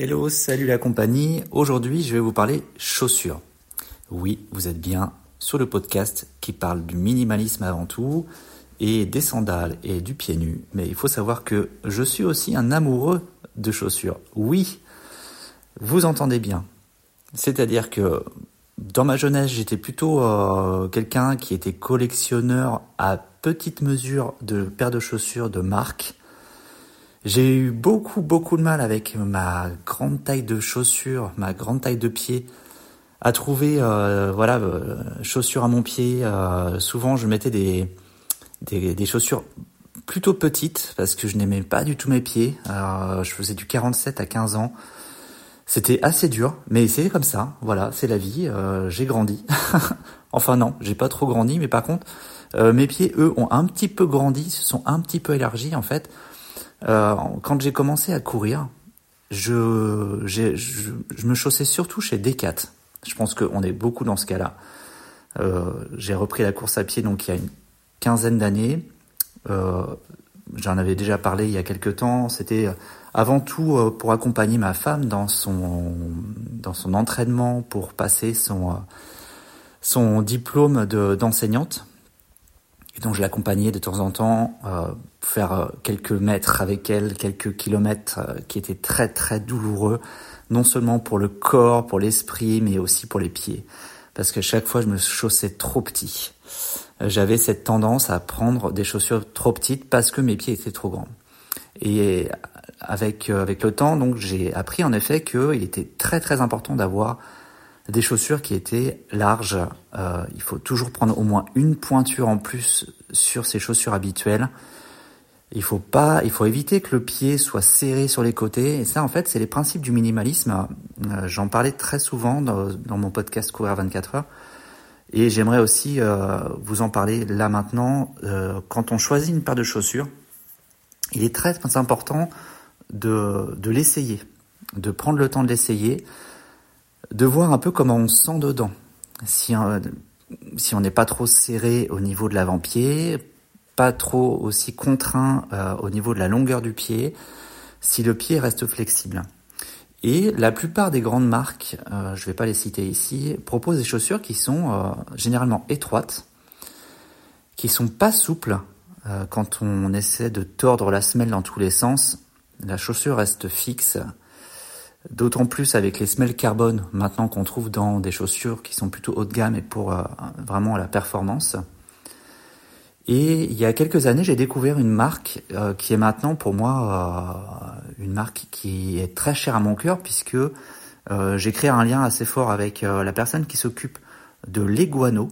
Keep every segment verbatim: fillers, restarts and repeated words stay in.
Hello, salut la compagnie. Aujourd'hui, je vais vous parler chaussures. Oui, vous êtes bien sur le podcast qui parle du minimalisme avant tout et des sandales et du pied nu. Mais il faut savoir que je suis aussi un amoureux de chaussures. Oui, vous entendez bien. C'est-à-dire que dans ma jeunesse, j'étais plutôt euh, quelqu'un qui était collectionneur à petite mesure de paires de chaussures de marque. J'ai eu beaucoup, beaucoup de mal avec ma grande taille de chaussures, ma grande taille de pied, à trouver euh, voilà euh, chaussures à mon pied. Euh, souvent, je mettais des, des des chaussures plutôt petites parce que je n'aimais pas du tout mes pieds. Euh, je faisais du quarante-sept à quinze ans. C'était assez dur, mais c'est comme ça. Voilà, c'est la vie. Euh, j'ai grandi. Enfin non, j'ai pas trop grandi, mais par contre, euh, mes pieds, eux, ont un petit peu grandi, se sont un petit peu élargis en fait. Euh, quand j'ai commencé à courir, je, j'ai, je, je me chaussais surtout chez Decat. Je pense qu'on est beaucoup dans ce cas-là. Euh, j'ai repris la course à pied donc il y a une quinzaine d'années. Euh, j'en avais déjà parlé il y a quelques temps. C'était avant tout pour accompagner ma femme dans son dans son entraînement pour passer son son diplôme de, d'enseignante. Et donc je l'accompagnais de temps en temps, euh, faire euh, quelques mètres avec elle, quelques kilomètres euh, qui étaient très très douloureux, non seulement pour le corps, pour l'esprit, mais aussi pour les pieds. Parce que chaque fois je me chaussais trop petit. Euh, j'avais cette tendance à prendre des chaussures trop petites parce que mes pieds étaient trop grands. Et avec euh, avec le temps, donc j'ai appris en effet qu'il était très très important d'avoir des chaussures qui étaient larges. Euh, il faut toujours prendre au moins une pointure en plus sur ses chaussures habituelles. Il faut pas, il faut éviter que le pied soit serré sur les côtés. Et ça, en fait, c'est les principes du minimalisme. Euh, j'en parlais très souvent dans, dans mon podcast Courir vingt-quatre heures. Et j'aimerais aussi euh, vous en parler là maintenant. Euh, quand on choisit une paire de chaussures, il est très, très important de, de l'essayer, de prendre le temps de l'essayer, de voir un peu comment on se sent dedans. Si, euh, si on n'est pas trop serré au niveau de l'avant-pied, pas trop aussi contraint euh, au niveau de la longueur du pied, si le pied reste flexible. Et la plupart des grandes marques, euh, je ne vais pas les citer ici, proposent des chaussures qui sont euh, généralement étroites, qui sont pas souples. Euh, quand on essaie de tordre la semelle dans tous les sens, la chaussure reste fixe. D'autant plus avec les semelles carbone maintenant qu'on trouve dans des chaussures qui sont plutôt haut de gamme et pour euh, vraiment la performance. Et il y a quelques années, j'ai découvert une marque euh, qui est maintenant pour moi euh, une marque qui est très chère à mon cœur puisque euh, j'ai créé un lien assez fort avec euh, la personne qui s'occupe de Leguano.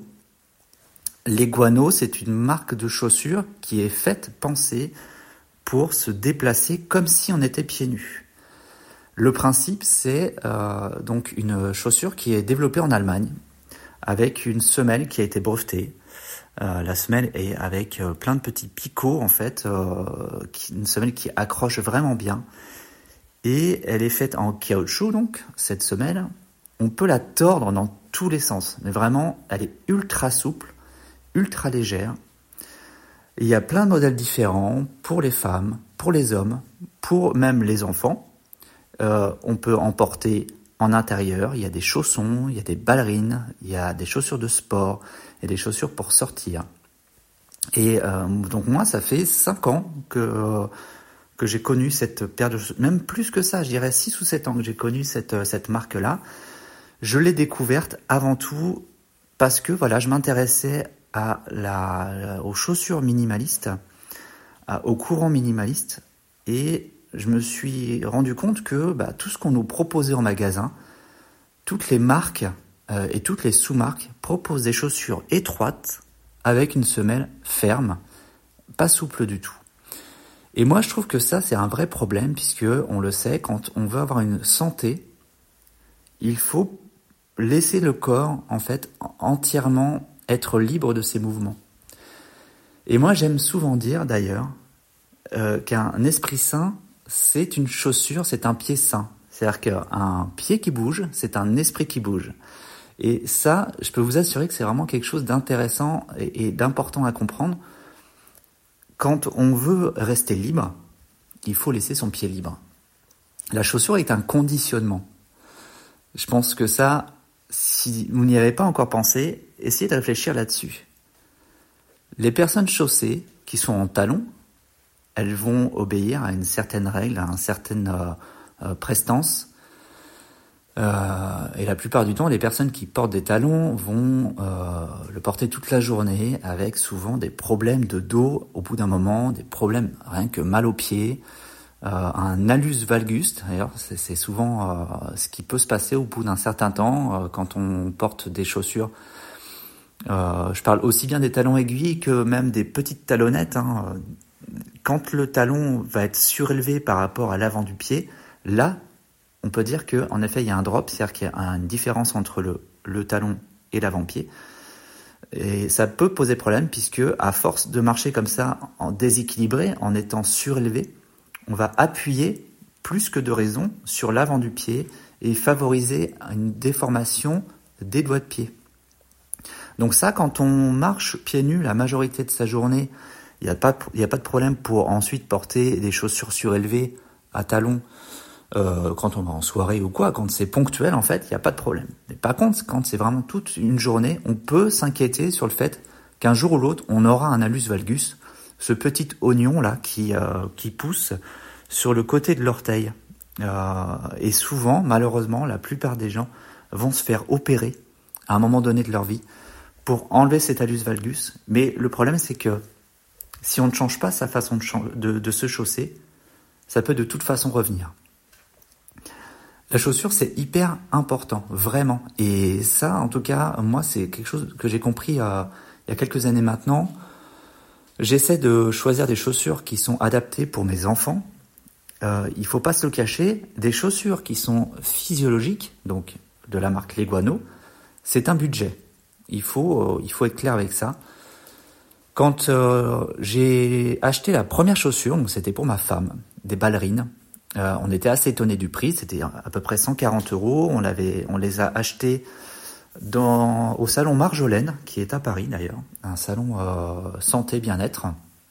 Leguano, c'est une marque de chaussures qui est faite, pensée pour se déplacer comme si on était pieds nus. Le principe, c'est euh, donc une chaussure qui est développée en Allemagne avec une semelle qui a été brevetée. Euh, la semelle est avec euh, plein de petits picots en fait, euh, qui, une semelle qui accroche vraiment bien. Et elle est faite en caoutchouc donc, cette semelle. On peut la tordre dans tous les sens, mais vraiment, elle est ultra souple, ultra légère. Et il y a plein de modèles différents pour les femmes, pour les hommes, pour même les enfants. Euh, on peut en porter en intérieur, il y a des chaussons, il y a des ballerines, il y a des chaussures de sport, il y a des chaussures pour sortir. Et euh, donc moi, ça fait cinq ans que, euh, que j'ai connu cette paire de chaussures, même plus que ça, je dirais six ou sept ans que j'ai connu cette, cette marque-là. Je l'ai découverte avant tout parce que voilà, je m'intéressais à la, aux chaussures minimalistes, à, au courant minimaliste, et je me suis rendu compte que bah, tout ce qu'on nous proposait en magasin, toutes les marques euh, et toutes les sous-marques proposent des chaussures étroites avec une semelle ferme, pas souple du tout. Et moi, je trouve que ça, c'est un vrai problème puisque, on le sait, quand on veut avoir une santé, il faut laisser le corps, en fait, entièrement être libre de ses mouvements. Et moi, j'aime souvent dire, d'ailleurs, euh, qu'un esprit sain, c'est une chaussure, c'est un pied sain. C'est-à-dire qu'un pied qui bouge, c'est un esprit qui bouge. Et ça, je peux vous assurer que c'est vraiment quelque chose d'intéressant et, et d'important à comprendre. Quand on veut rester libre, il faut laisser son pied libre. La chaussure est un conditionnement. Je pense que ça, si vous n'y avez pas encore pensé, essayez de réfléchir là-dessus. Les personnes chaussées qui sont en talons, elles vont obéir à une certaine règle, à une certaine euh, euh, prestance. Euh, et la plupart du temps, les personnes qui portent des talons vont euh, le porter toute la journée avec souvent des problèmes de dos au bout d'un moment, des problèmes rien que mal aux pieds, euh, un hallus valgus. D'ailleurs, c'est, c'est souvent euh, ce qui peut se passer au bout d'un certain temps euh, quand on porte des chaussures. Euh, je parle aussi bien des talons aiguilles que même des petites talonnettes. Hein. Quand le talon va être surélevé par rapport à l'avant du pied, là, on peut dire qu'en effet, il y a un drop, c'est-à-dire qu'il y a une différence entre le, le talon et l'avant-pied. Et ça peut poser problème puisque, à force de marcher comme ça, en déséquilibré, en étant surélevé, on va appuyer plus que de raison sur l'avant du pied et favoriser une déformation des doigts de pied. Donc ça, quand on marche pieds nus la majorité de sa journée, il n'y a pas, il n'y a pas de problème pour ensuite porter des chaussures surélevées à talons. Euh, quand on va en soirée ou quoi, quand c'est ponctuel, en fait, il n'y a pas de problème. Mais par contre, quand c'est vraiment toute une journée, on peut s'inquiéter sur le fait qu'un jour ou l'autre, on aura un hallus valgus, ce petit oignon-là qui, euh, qui pousse sur le côté de l'orteil. Euh, et souvent, malheureusement, la plupart des gens vont se faire opérer à un moment donné de leur vie pour enlever cet hallus valgus. Mais le problème, c'est que si on ne change pas sa façon de, ch- de, de se chausser, ça peut de toute façon revenir. La chaussure, c'est hyper important, vraiment. Et ça, en tout cas, moi, c'est quelque chose que j'ai compris euh, il y a quelques années maintenant. J'essaie de choisir des chaussures qui sont adaptées pour mes enfants. Euh, il faut pas se le cacher, des chaussures qui sont physiologiques, donc de la marque Leguano, c'est un budget. Il faut, euh, il faut être clair avec ça. Quand euh, j'ai acheté la première chaussure, donc c'était pour ma femme, des ballerines, Euh, on était assez étonnés du prix, c'était à peu près cent quarante euros. On, l'avait, on les a achetés dans, au salon Marjolaine, qui est à Paris d'ailleurs, un salon euh, santé bien-être.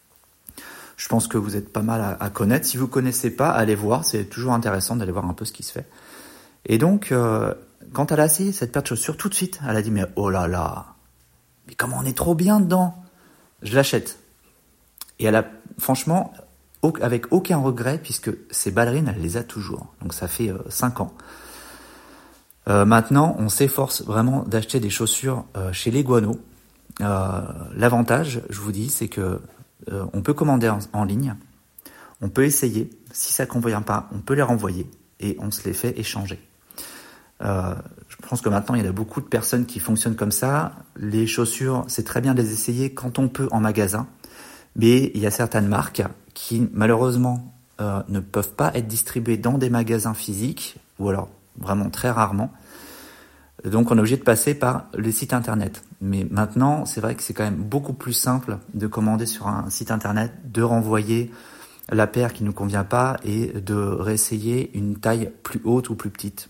Je pense que vous êtes pas mal à, à connaître. Si vous ne connaissez pas, allez voir, c'est toujours intéressant d'aller voir un peu ce qui se fait. Et donc, euh, quand elle a essayé cette paire de chaussures, tout de suite, elle a dit « Mais oh là là, mais comment on est trop bien dedans !» Je l'achète. Et elle a, franchement... avec aucun regret, puisque ces ballerines, elle les a toujours. Donc ça fait euh, cinq ans. Euh, maintenant, on s'efforce vraiment d'acheter des chaussures euh, chez Leguano. Euh, l'avantage, je vous dis, c'est que euh, on peut commander en, en ligne, on peut essayer. Si ça ne convient pas, on peut les renvoyer et on se les fait échanger. Euh, je pense que maintenant, il y a beaucoup de personnes qui fonctionnent comme ça. Les chaussures, c'est très bien de les essayer quand on peut en magasin. Mais il y a certaines marques qui, malheureusement, euh, ne peuvent pas être distribuées dans des magasins physiques, ou alors vraiment très rarement. Donc, on est obligé de passer par les sites internet. Mais maintenant, c'est vrai que c'est quand même beaucoup plus simple de commander sur un site internet, de renvoyer la paire qui ne nous convient pas et de réessayer une taille plus haute ou plus petite.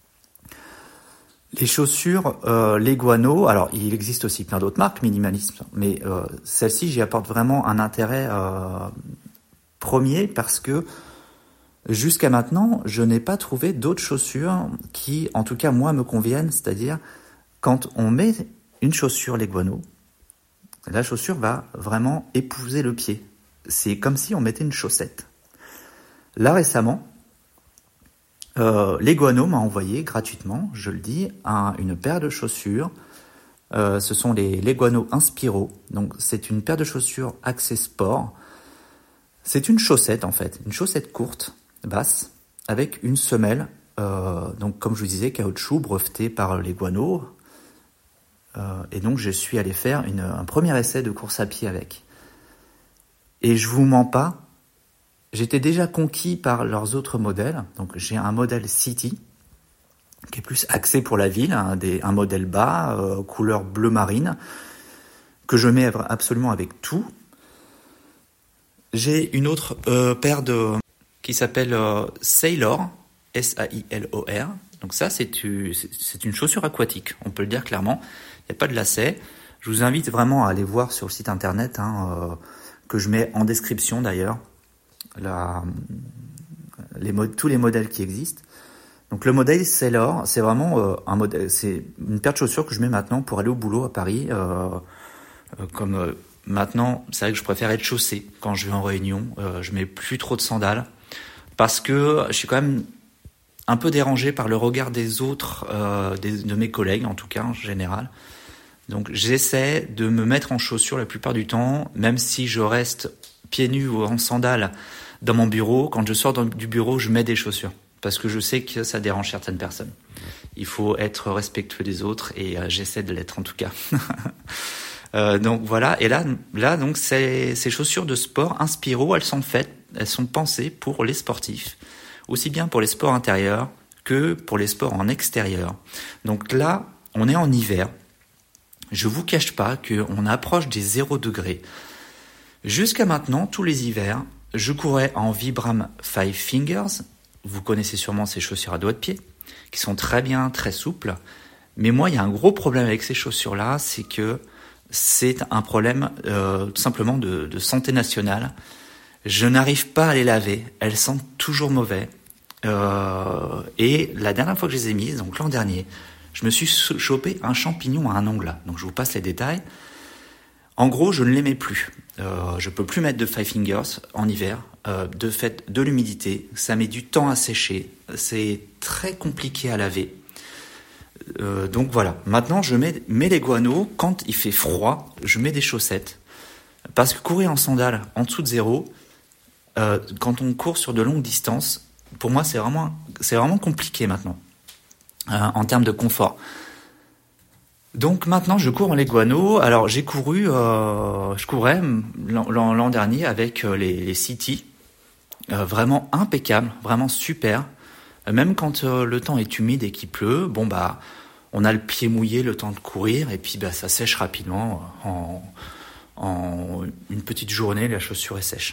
Les chaussures euh, Leguano, alors il existe aussi plein d'autres marques minimalistes, mais euh, celle-ci, j'y apporte vraiment un intérêt euh, premier parce que jusqu'à maintenant, je n'ai pas trouvé d'autres chaussures qui, en tout cas moi, me conviennent. C'est-à-dire, quand on met une chaussure Leguano, la chaussure va vraiment épouser le pied. C'est comme si on mettait une chaussette. Là, récemment, Euh, Leguano m'a envoyé gratuitement, je le dis, un, une paire de chaussures. Euh, ce sont les Leguano Inspiro. Donc c'est une paire de chaussures axée sport. C'est une chaussette en fait, une chaussette courte, basse, avec une semelle. Euh, donc comme je vous disais, caoutchouc breveté par Leguano. Euh, et donc je suis allé faire une, un premier essai de course à pied avec. Et je vous mens pas. J'étais déjà conquis par leurs autres modèles. Donc j'ai un modèle City qui est plus axé pour la ville, un, des, un modèle bas, euh, couleur bleu marine, que je mets absolument avec tout. J'ai une autre euh, paire de qui s'appelle euh, Sailor, S A I L O R. Donc ça, c'est, c'est une chaussure aquatique, on peut le dire clairement. Il n'y a pas de lacets. Je vous invite vraiment à aller voir sur le site internet, hein, euh, que je mets en description d'ailleurs. La, les mod- tous les modèles qui existent. Donc le modèle Sailor, c'est vraiment euh, un modèle, c'est une paire de chaussures que je mets maintenant pour aller au boulot à Paris. Euh, euh, comme euh, maintenant, c'est vrai que je préfère être chaussé quand je vais en réunion. Euh, je mets plus trop de sandales parce que je suis quand même un peu dérangé par le regard des autres, euh, des, de mes collègues en tout cas en général. Donc j'essaie de me mettre en chaussures la plupart du temps, même si je reste pieds nus ou en sandales dans mon bureau. Quand je sors dans, du bureau, je mets des chaussures. Parce que je sais que ça dérange certaines personnes. Il faut être respectueux des autres et euh, j'essaie de l'être en tout cas. euh, donc voilà, et là, là donc ces, ces chaussures de sport Inspiro, elles sont faites, elles sont pensées pour les sportifs, aussi bien pour les sports intérieurs que pour les sports en extérieur. Donc là, on est en hiver. Je vous cache pas qu'on approche des zéro degrés. Jusqu'à maintenant, tous les hivers, je courais en Vibram Five Fingers. Vous connaissez sûrement ces chaussures à doigts de pied, qui sont très bien, très souples. Mais moi, il y a un gros problème avec ces chaussures-là, c'est que c'est un problème euh, tout simplement de, de santé nationale. Je n'arrive pas à les laver, elles sentent toujours mauvais. Euh, et la dernière fois que je les ai mises, donc l'an dernier, je me suis chopé un champignon à un ongle. Donc je vous passe les détails. En gros, je ne les mets plus. Euh, je peux plus mettre de Five Fingers en hiver. Euh, de fait, de l'humidité, ça met du temps à sécher. C'est très compliqué à laver. Euh, donc voilà. Maintenant, je mets, mets les guano. Quand il fait froid, je mets des chaussettes. Parce que courir en sandales en dessous de zéro, euh, quand on court sur de longues distances, pour moi, c'est vraiment, c'est vraiment compliqué maintenant, euh, en termes de confort. Donc maintenant je cours en Leguano. Alors j'ai couru, euh, je courais l'an, l'an dernier avec les, les City, euh, vraiment impeccable, vraiment super. Même quand euh, le temps est humide et qu'il pleut, bon bah on a le pied mouillé le temps de courir et puis bah ça sèche rapidement en, en une petite journée, la chaussure est sèche.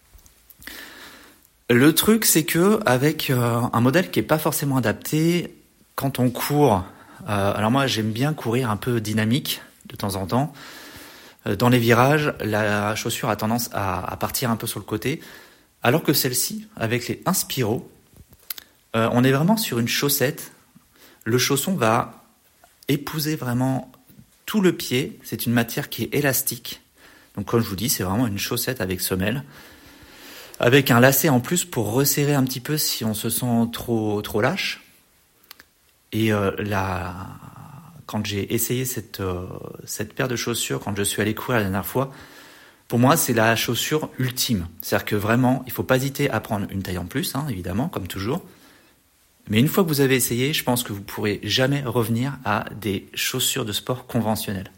Le truc c'est que avec euh, un modèle qui est pas forcément adapté, quand on court. Euh, alors moi j'aime bien courir un peu dynamique de temps en temps. Euh, dans les virages, la chaussure a tendance à, à partir un peu sur le côté, alors que celle-ci, avec les Inspiro, euh, on est vraiment sur une chaussette. Le chausson va épouser vraiment tout le pied. C'est une matière qui est élastique. Donc comme je vous dis, c'est vraiment une chaussette avec semelle, avec un lacet en plus pour resserrer un petit peu si on se sent trop trop lâche. Et euh, la... quand j'ai essayé cette, euh, cette paire de chaussures, quand je suis allé courir la dernière fois, pour moi, c'est la chaussure ultime. C'est-à-dire que vraiment, il ne faut pas hésiter à prendre une taille en plus, hein, évidemment, comme toujours. Mais une fois que vous avez essayé, je pense que vous ne pourrez jamais revenir à des chaussures de sport conventionnelles.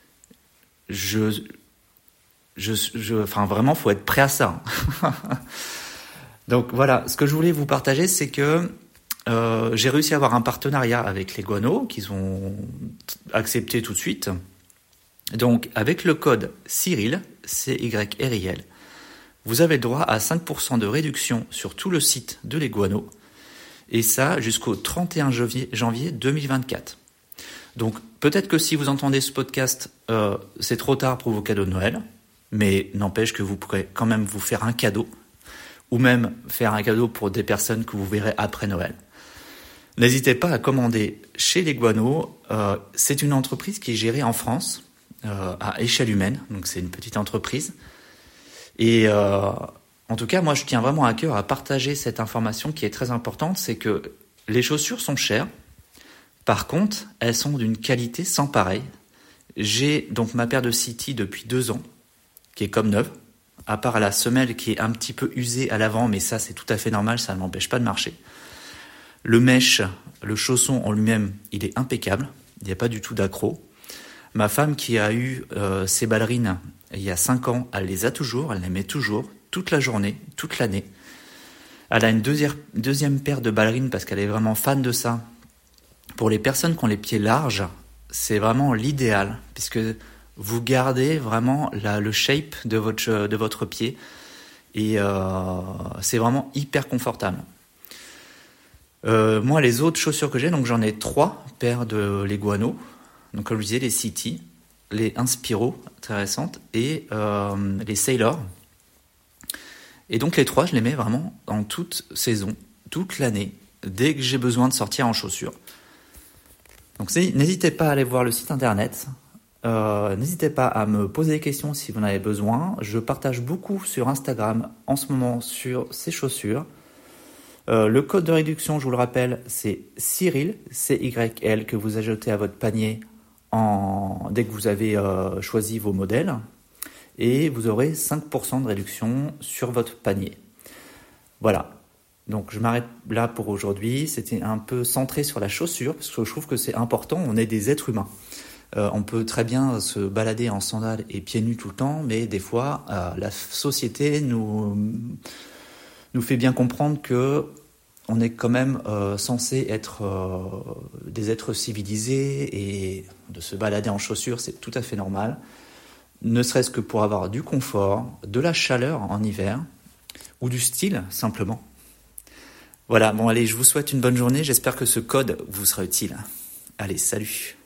Je... je, je enfin, vraiment, il faut être prêt à ça. Hein. Donc voilà, ce que je voulais vous partager, c'est que Euh, j'ai réussi à avoir un partenariat avec les Guano qu'ils ont accepté tout de suite. Donc avec le code Cyril, C Y R I L, vous avez le droit à cinq pour cent de réduction sur tout le site de les Guano, et ça jusqu'au trente et un janvier deux mille vingt-quatre. Donc peut-être que si vous entendez ce podcast, euh, c'est trop tard pour vos cadeaux de Noël, mais n'empêche que vous pourrez quand même vous faire un cadeau, ou même faire un cadeau pour des personnes que vous verrez après Noël. N'hésitez pas à commander chez les Guano. Euh, c'est une entreprise qui est gérée en France, euh, à échelle humaine, donc c'est une petite entreprise. Et euh, en tout cas, moi, je tiens vraiment à cœur à partager cette information qui est très importante, c'est que les chaussures sont chères. Par contre, elles sont d'une qualité sans pareil. J'ai donc ma paire de City depuis deux ans, qui est comme neuve, à part la semelle qui est un petit peu usée à l'avant, mais ça, c'est tout à fait normal, ça ne m'empêche pas de marcher. Le mesh, le chausson en lui-même, il est impeccable. Il n'y a pas du tout d'accro. Ma femme qui a eu euh, ses ballerines il y a cinq ans, elle les a toujours, elle les met toujours, toute la journée, toute l'année. Elle a une deuxième, deuxième paire de ballerines parce qu'elle est vraiment fan de ça. Pour les personnes qui ont les pieds larges, c'est vraiment l'idéal puisque vous gardez vraiment la, le shape de votre, de votre pied et euh, c'est vraiment hyper confortable. Euh, moi, les autres chaussures que j'ai, donc j'en ai trois paires de les Guano. Donc, comme je disais, les City, les Inspiro, très récentes, et euh, les Sailor. Et donc les trois, je les mets vraiment en toute saison, toute l'année, dès que j'ai besoin de sortir en chaussures. Donc n'hésitez pas à aller voir le site internet. Euh, n'hésitez pas à me poser des questions si vous en avez besoin. Je partage beaucoup sur Instagram en ce moment sur ces chaussures. Euh, le code de réduction, je vous le rappelle, c'est Cyril, C Y L, que vous ajoutez à votre panier en... dès que vous avez euh, choisi vos modèles. Et vous aurez cinq pour cent de réduction sur votre panier. Voilà. Donc je m'arrête là pour aujourd'hui. C'était un peu centré sur la chaussure, parce que je trouve que c'est important, on est des êtres humains. Euh, on peut très bien se balader en sandales et pieds nus tout le temps, mais des fois, euh, la société nous, nous fait bien comprendre que on est quand même euh, censé être euh, des êtres civilisés, et de se balader en chaussures, c'est tout à fait normal, ne serait-ce que pour avoir du confort, de la chaleur en hiver, ou du style, simplement. Voilà, bon allez, je vous souhaite une bonne journée, j'espère que ce code vous sera utile. Allez, salut!